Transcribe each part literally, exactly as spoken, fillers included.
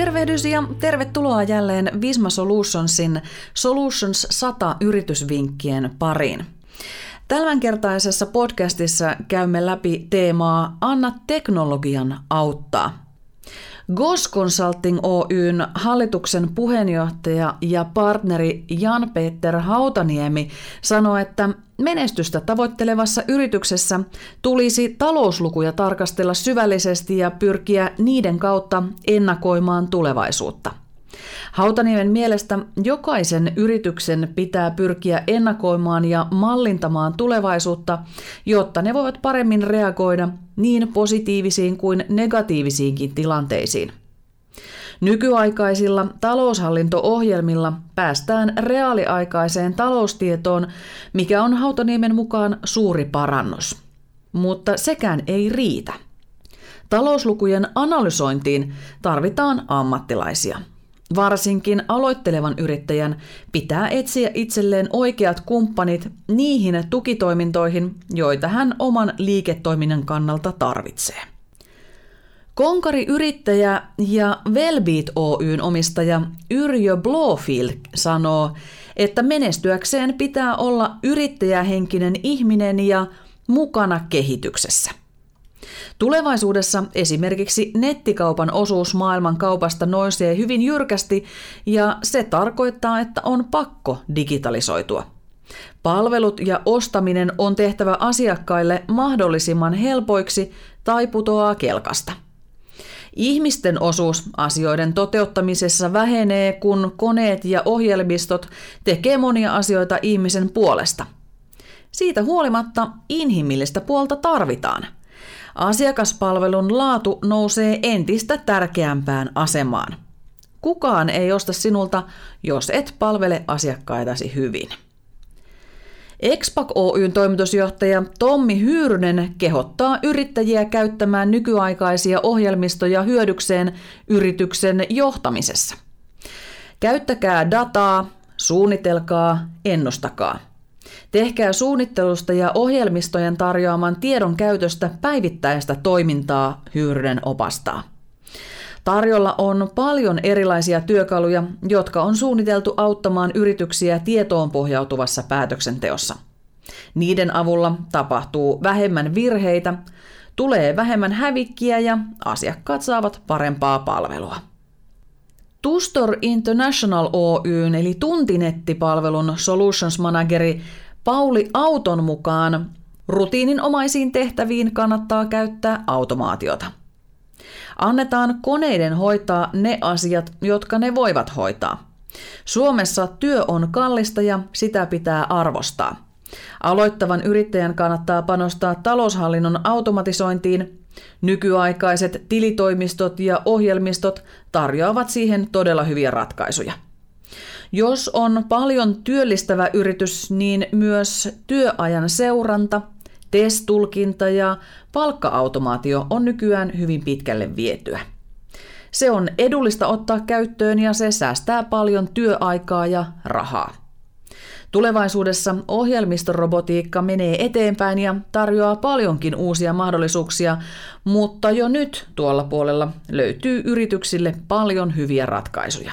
Tervehdys ja tervetuloa jälleen Visma Solutionsin Solutions sata yritysvinkkien pariin. Tämänkertaisessa podcastissa käymme läpi teemaa Anna teknologian auttaa. G O S Consulting Oyn hallituksen puheenjohtaja ja partneri Jan-Peter Hautaniemi sanoi, että menestystä tavoittelevassa yrityksessä tulisi talouslukuja tarkastella syvällisesti ja pyrkiä niiden kautta ennakoimaan tulevaisuutta. Hautaniemen mielestä jokaisen yrityksen pitää pyrkiä ennakoimaan ja mallintamaan tulevaisuutta, jotta ne voivat paremmin reagoida niin positiivisiin kuin negatiivisiinkin tilanteisiin. Nykyaikaisilla taloushallinto-ohjelmilla päästään reaaliaikaiseen taloustietoon, mikä on Hautaniemen mukaan suuri parannus. Mutta sekään ei riitä. Talouslukujen analysointiin tarvitaan ammattilaisia. Varsinkin aloittelevan yrittäjän pitää etsiä itselleen oikeat kumppanit niihin tukitoimintoihin, joita hän oman liiketoiminnan kannalta tarvitsee. Konkari-yrittäjä ja Wellbeat Oyn omistaja Yrjö Blåfield sanoo, että menestyäkseen pitää olla yrittäjähenkinen ihminen ja mukana kehityksessä. Tulevaisuudessa esimerkiksi nettikaupan osuus maailman kaupasta nousee hyvin jyrkästi ja se tarkoittaa, että on pakko digitalisoitua. Palvelut ja ostaminen on tehtävä asiakkaille mahdollisimman helpoiksi tai putoaa kelkasta. Ihmisten osuus asioiden toteuttamisessa vähenee, kun koneet ja ohjelmistot tekee monia asioita ihmisen puolesta. Siitä huolimatta inhimillistä puolta tarvitaan. Asiakaspalvelun laatu nousee entistä tärkeämpään asemaan. Kukaan ei osta sinulta, jos et palvele asiakkaitasi hyvin. Expac Oyn toimitusjohtaja Tommi Hyyrynen kehottaa yrittäjiä käyttämään nykyaikaisia ohjelmistoja hyödykseen yrityksen johtamisessa. Käyttäkää dataa, suunnitelkaa, ennustakaa. Tehkää suunnittelusta ja ohjelmistojen tarjoaman tiedon käytöstä päivittäistä toimintaa, Hyyrynen opastaa. Tarjolla on paljon erilaisia työkaluja, jotka on suunniteltu auttamaan yrityksiä tietoon pohjautuvassa päätöksenteossa. Niiden avulla tapahtuu vähemmän virheitä, tulee vähemmän hävikkiä ja asiakkaat saavat parempaa palvelua. Tustor International Oyn eli tuntinettipalvelun Solutions Manageri Pauli Auton mukaan rutiininomaisiin tehtäviin kannattaa käyttää automaatiota. Annetaan koneiden hoitaa ne asiat, jotka ne voivat hoitaa. Suomessa työ on kallista ja sitä pitää arvostaa. Aloittavan yrittäjän kannattaa panostaa taloushallinnon automatisointiin. Nykyaikaiset tilitoimistot ja ohjelmistot tarjoavat siihen todella hyviä ratkaisuja. Jos on paljon työllistävä yritys, niin myös työajan seuranta, T E S-tulkinta ja palkka-automaatio on nykyään hyvin pitkälle vietyä. Se on edullista ottaa käyttöön ja se säästää paljon työaikaa ja rahaa. Tulevaisuudessa ohjelmistorobotiikka menee eteenpäin ja tarjoaa paljonkin uusia mahdollisuuksia, mutta jo nyt tuolla puolella löytyy yrityksille paljon hyviä ratkaisuja.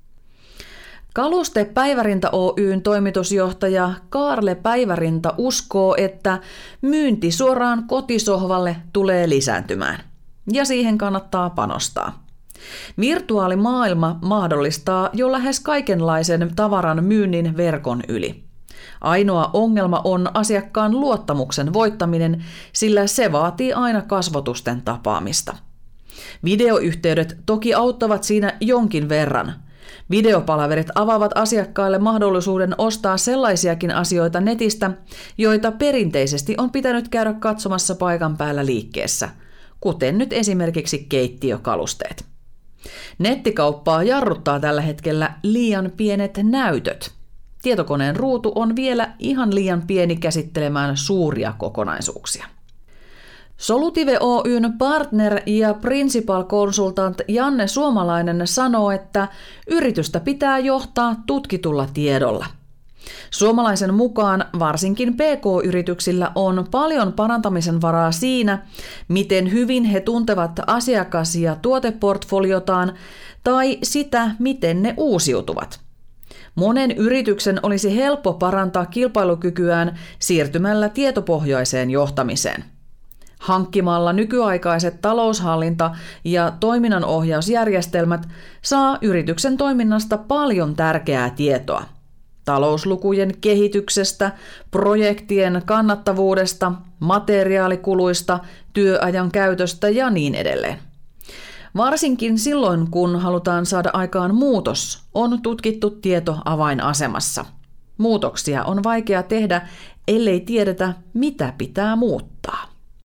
Kaluste Päivärinta Oyn toimitusjohtaja Kaarle Päivärinta uskoo, että myynti suoraan kotisohvalle tulee lisääntymään, ja siihen kannattaa panostaa. Virtuaalimaailma mahdollistaa jo lähes kaikenlaisen tavaran myynnin verkon yli. Ainoa ongelma on asiakkaan luottamuksen voittaminen, sillä se vaatii aina kasvotusten tapaamista. Videoyhteydet toki auttavat siinä jonkin verran. Videopalaverit avaavat asiakkaille mahdollisuuden ostaa sellaisiakin asioita netistä, joita perinteisesti on pitänyt käydä katsomassa paikan päällä liikkeessä, kuten nyt esimerkiksi keittiökalusteet. Nettikauppaa jarruttaa tällä hetkellä liian pienet näytöt. Tietokoneen ruutu on vielä ihan liian pieni käsittelemään suuria kokonaisuuksia. Solutive Oyn partner ja principal consultant Janne Suomalainen sanoo, että yritystä pitää johtaa tutkitulla tiedolla. Suomalaisen mukaan varsinkin P K-yrityksillä on paljon parantamisen varaa siinä, miten hyvin he tuntevat asiakas- ja tuoteportfoliotaan tai sitä, miten ne uusiutuvat. Monen yrityksen olisi helppo parantaa kilpailukykyään siirtymällä tietopohjaiseen johtamiseen. Hankkimalla nykyaikaiset taloushallinta- ja toiminnanohjausjärjestelmät saa yrityksen toiminnasta paljon tärkeää tietoa. Talouslukujen kehityksestä, projektien kannattavuudesta, materiaalikuluista, työajan käytöstä ja niin edelleen. Varsinkin silloin, kun halutaan saada aikaan muutos, on tutkittu tieto avainasemassa. Muutoksia on vaikea tehdä, ellei tiedetä, mitä pitää muuttaa.